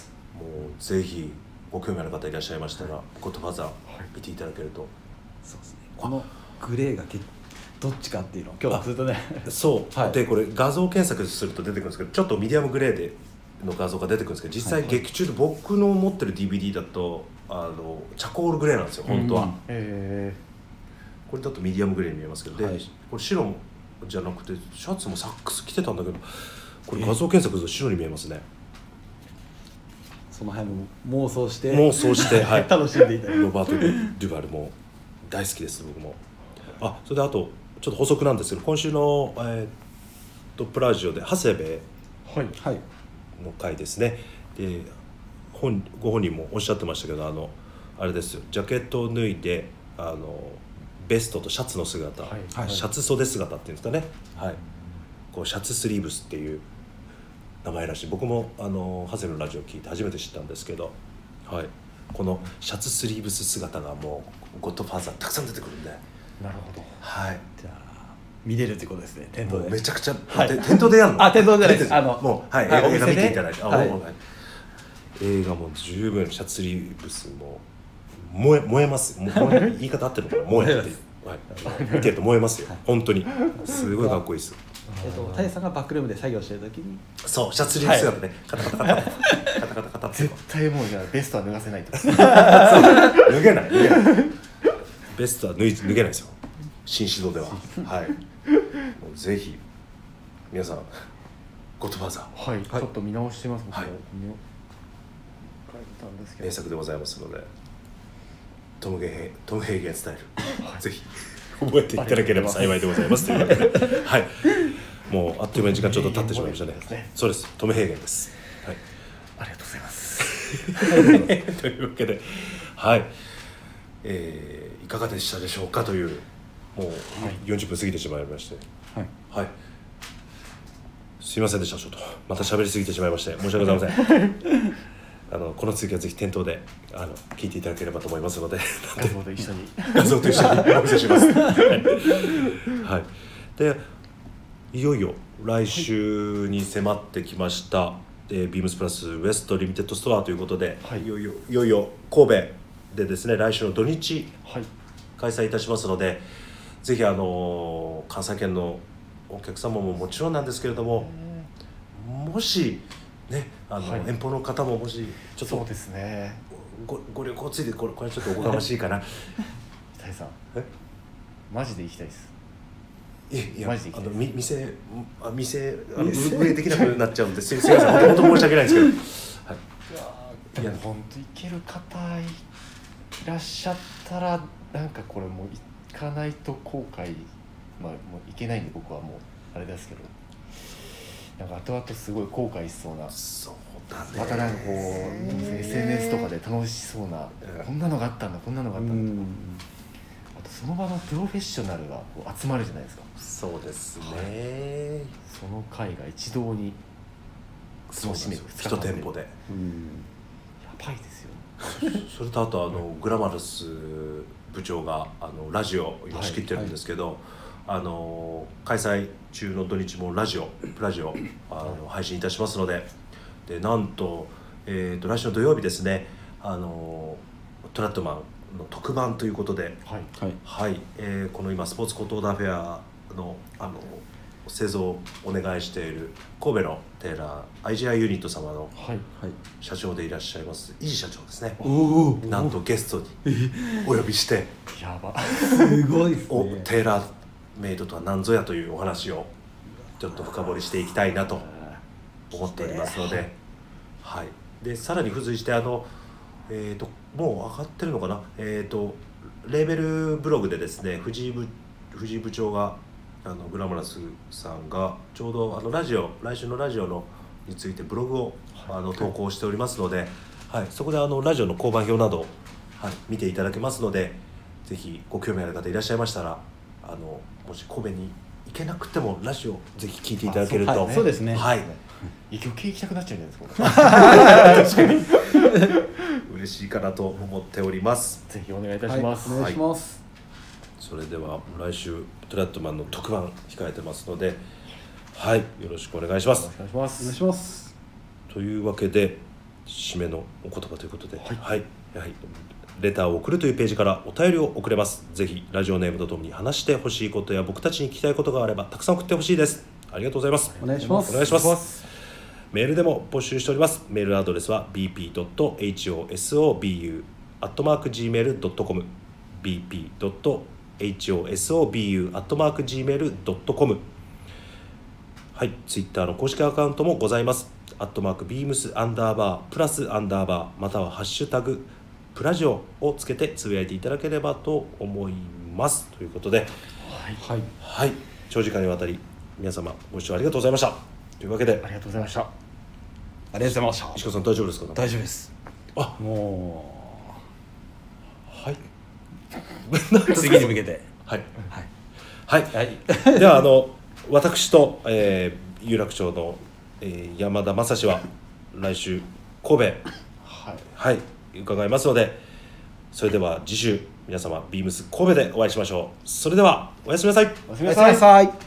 S1: もうぜひご興味ある方いらっしゃいましたら、はい、ゴッドファーザー見ていただけると、はい、
S3: そうですね、このグレーがどっちかっていうのを今日はずっとね
S1: そう、
S3: はい、
S1: でこれ画像検索すると出てくるんですけど、ちょっとミディアムグレーでの画像が出てくるんですけど、実際劇中で僕の持ってる ディーブイディー だとあのチャコールグレーなんですよ本当は、うんえー、これだとミディアムグレーに見えますけど、はい、でこれ白じゃなくてシャツもサックス着てたんだけど、これ画像検索すると白に見えますね。
S3: その辺も妄想して
S1: 妄想して、はい、
S3: 楽しんでいただいて、
S1: ロバート・デュバルも大好きです僕も。あ、それであとちょっと補足なんですけど、今週の、えー、とプラジオで長谷部の回ですね、で本ご本人もおっしゃってましたけど、あのあれですよ、ジャケットを脱いであのベストとシャツの姿、はい、シャツ袖姿っていうんですかね、はい、こうシャツスリーブスっていう名前らしい。僕もあの長谷部のラジオを聞いて初めて知ったんですけど、はい、このシャツスリーブス姿がもうゴッドファーザーたくさん出てくるんで。
S2: なるほど、
S1: はい、
S3: じゃあ見れるってことですね、店頭で。
S1: めちゃくちゃ、はい、店頭でやるの？
S3: あ、店頭じゃないです。あの
S1: もう、はい、映画見ていただいて、あ、はい、映画も十分シャツスリーブスも燃え燃えます燃え言い方合ってるのかな、燃えって、はい、見てると燃えますよ本当に、すごいかっこいいです。
S3: えっとタイさんがバックルームで作業してる時に、
S1: そうシャツスリーブス姿で、はい、カタカタカタカタカタカタカタって
S2: 絶対もうじゃあベストは脱がせないと
S1: 脱げない脱げないベストは脱い脱げないですよ新指導でははい、もうぜひ皆さんゴッドファーザー、
S2: はい、はい、ちょっと見直してます、
S1: はい、名作でございますので、トム・ヘイ、トム・ヘイゲンスタイル、はい、ぜひ覚えていただければ幸いでございますというわけで、はい、もうあっという間に時間ちょっと経ってしまいましたね。ね、そうです、トム・ヘイゲンです、はい、
S2: ありがとうございます
S1: というわけで、はい、えー、いかがでしたでしょうかという、もうよんじゅっぷん過ぎてしまいまして、はい、はい、すいませんでした、ちょっとまた喋りすぎてしまいまして申し訳ございませんあのこの続きはぜひ店頭であの聞いていただければと思いますので、
S2: 画像と一緒に
S1: 画像と一緒にお見せしますはい、でいよいよ来週に迫ってきました、はい、ビームスプラスウエストリミテッドストアということで、はい、いよいよいよいよ神戸でですね、来週の土日、はい、開催いたしますので、ぜひあの関西圏のお客様ももちろんなんですけれども、もしね、あの、はい、遠方の方ももしちょっと
S2: そうですね、
S1: ご, ご旅行ついて、これこれちょっとおこがましいかな
S2: タイさん、えマジで行きたいです。
S1: いやいや、あのみ店あ店あの運営できなくなっちゃうんですいません、本当申し訳ないですけど、はい、
S2: いや本当行ける方いらっしゃったら、なんかこれもう行かないと後悔、まあもう行けないんで僕はもうあれですけど、なんか後々すごい後悔しそうな。
S1: そう
S2: またなんかこう エスエヌエス とかで楽しそうな、うん、こんなのがあったんだこんなのがあったんだとか、あとその場のプロフェッショナルがこう集まるじゃないですか。
S1: そうですね、はい、
S2: その会が一堂に楽しめる
S1: 一店舗で、
S2: うん、やばいですよ
S1: それとあとあのグラマラス部長があのラジオを仕切ってるんですけど、はいはい、あの開催中の土日もラジオプラジオあの配信いたしますので、でなんと、えー、と来週の土曜日ですね、あのトラットマンの特番ということで、はいはいえー、この今スポーツコートオーダーフェアの、あの製造をお願いしている神戸のテーラー アイジェーアイ ユニット様の社長でいらっしゃいます伊地社長ですね。なんとゲストにお呼びして
S2: やば
S3: すごいですね。
S1: テーラーメイドとは何ぞやというお話をちょっと深掘りしていきたいなと思っておりますので、はい、でさらに付随してあの、えー、ともう上がってるのかな、えー、とレーベルブログでですね藤井部、藤井部長があのグラマラスさんがちょうどあのラジオ来週のラジオのについてブログを、はい、あの投稿しておりますので、はい、そこであのラジオの交番表など、はい、見ていただけますので、ぜひご興味ある方いらっしゃいましたら、あのもし神戸に行けなくてもラジオぜひ聞いていただけると、
S3: そう、はい、そうですね、
S1: はい、
S2: 余計行きたくなっちゃうんじゃないですか
S1: 確かに嬉しいかなと思っております。
S2: ぜひお願いいたします、
S3: はい、お願いします、
S1: はい、それでは来週トラットマンの特番控えてますので、はい、よろしくお願いします。
S2: よろしくお願いします。
S3: お願いします。
S1: というわけで締めのお言葉ということで、はい、はい、やはりレターを送るというページからお便りを送れます。ぜひラジオネームとともに話してほしいことや僕たちに聞きたいことがあればたくさん送ってほしいです。ありがとうございます。
S3: お願いします。
S1: お願いします。メールでも募集しております。メールアドレスは ビーピードットホソブ アットマーク ジーメール ドットコム ビーピードットホソブ アットマーク ジーメール ドットコム。 はい、ツイッターの公式アカウントもございます。アットマークビームスアンダーバープラスアンダーバーまたはハッシュタグプラジオをつけてつぶやいていただければと思いますということで、はい、はい、長時間にわたり皆様ご視聴ありがとうございました。というわけで
S2: ありがとうございました。
S3: ありがとうございました。
S1: 石川さん大丈夫ですか？
S3: 大丈夫です。
S1: あ、
S3: も
S1: うはい
S3: 次に向けて
S1: はいはい、はい、ではあの私と、えー、有楽町の、えー、山田正史は来週神戸はい、はい、伺いますので、それでは次週皆様ビームス神戸でお会いしましょう。それではおやすみなさい。
S2: おやすみなさい。